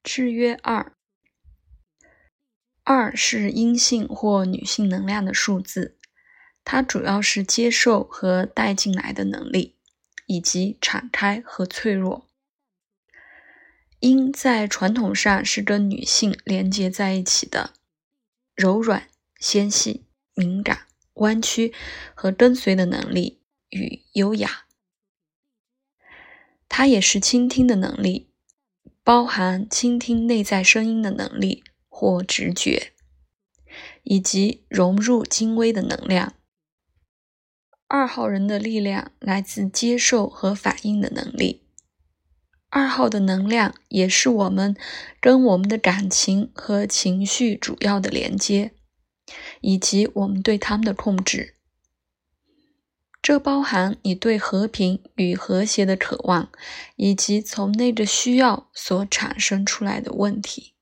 制约2， 2是阴性或女性能量的数字，它主要是接受和带进来的能力，以及敞开和脆弱。阴在传统上是跟女性连接在一起的，柔软、纤细、敏感、弯曲和跟随的能力与优雅。它也是倾听的能力，包含倾听内在声音的能力或直觉，以及融入精微的能量。2号人的力量来自接受和反应的能力。2号的能量也是我们跟我们的感情和情绪主要的连接，以及我们对他们的控制。这包含你对和平与和谐的渴望，以及从内的需要所产生出来的问题。